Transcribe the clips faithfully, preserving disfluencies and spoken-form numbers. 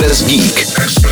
Express Geek.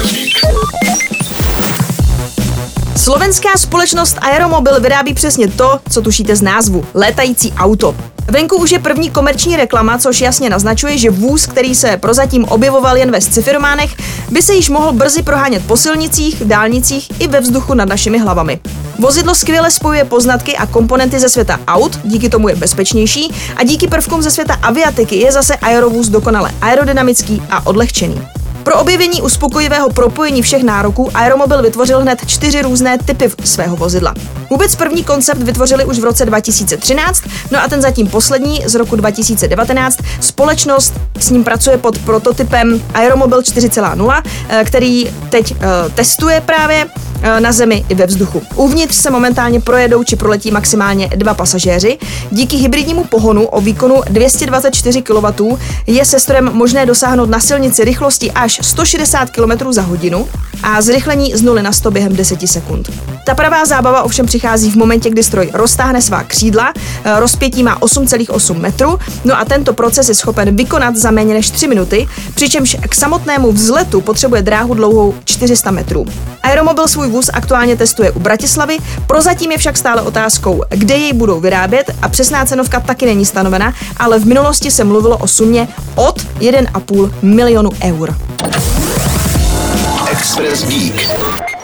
Slovenská společnost Aeromobil vyrábí přesně to, co tušíte z názvu – létající auto. Venku už je první komerční reklama, což jasně naznačuje, že vůz, který se prozatím objevoval jen ve sci-fi románech, by se již mohl brzy prohánět po silnicích, dálnicích i ve vzduchu nad našimi hlavami. Vozidlo skvěle spojuje poznatky a komponenty ze světa aut, díky tomu je bezpečnější a díky prvkům ze světa aviatiky je zase aerovůz dokonale aerodynamický a odlehčený. Pro objevení uspokojivého propojení všech nároků Aeromobil vytvořil hned čtyři různé typy svého vozidla. Vůbec první koncept vytvořili už v roce dva tisíce třináct, no a ten zatím poslední z roku dva tisíce devatenáct. Společnost s ním pracuje pod prototypem Aeromobil čtyři tečka nula, který teď uh, testuje právě na zemi i ve vzduchu. Uvnitř se momentálně projedou či proletí maximálně dva pasažéři. Díky hybridnímu pohonu o výkonu dvě stě dvacet čtyři kilowattů je se strojem možné dosáhnout na silnici rychlosti až sto šedesát kilometrů za hodinu a zrychlení z nuly na sto během deseti sekund. Ta pravá zábava ovšem přichází v momentě, kdy stroj roztáhne svá křídla, rozpětí má osm celá osm metru, no a tento proces je schopen vykonat za méně než tři minuty, přičemž k samotnému vzletu potřebuje dráhu dlouhou čtyři sta metrů. Aeromobil svůj vůz aktuálně testuje u Bratislavy, prozatím je však stále otázkou, kde jej budou vyrábět a přesná cenovka taky není stanovena, ale v minulosti se mluvilo o sumě od jedna a půl milionu eur. Express Geek.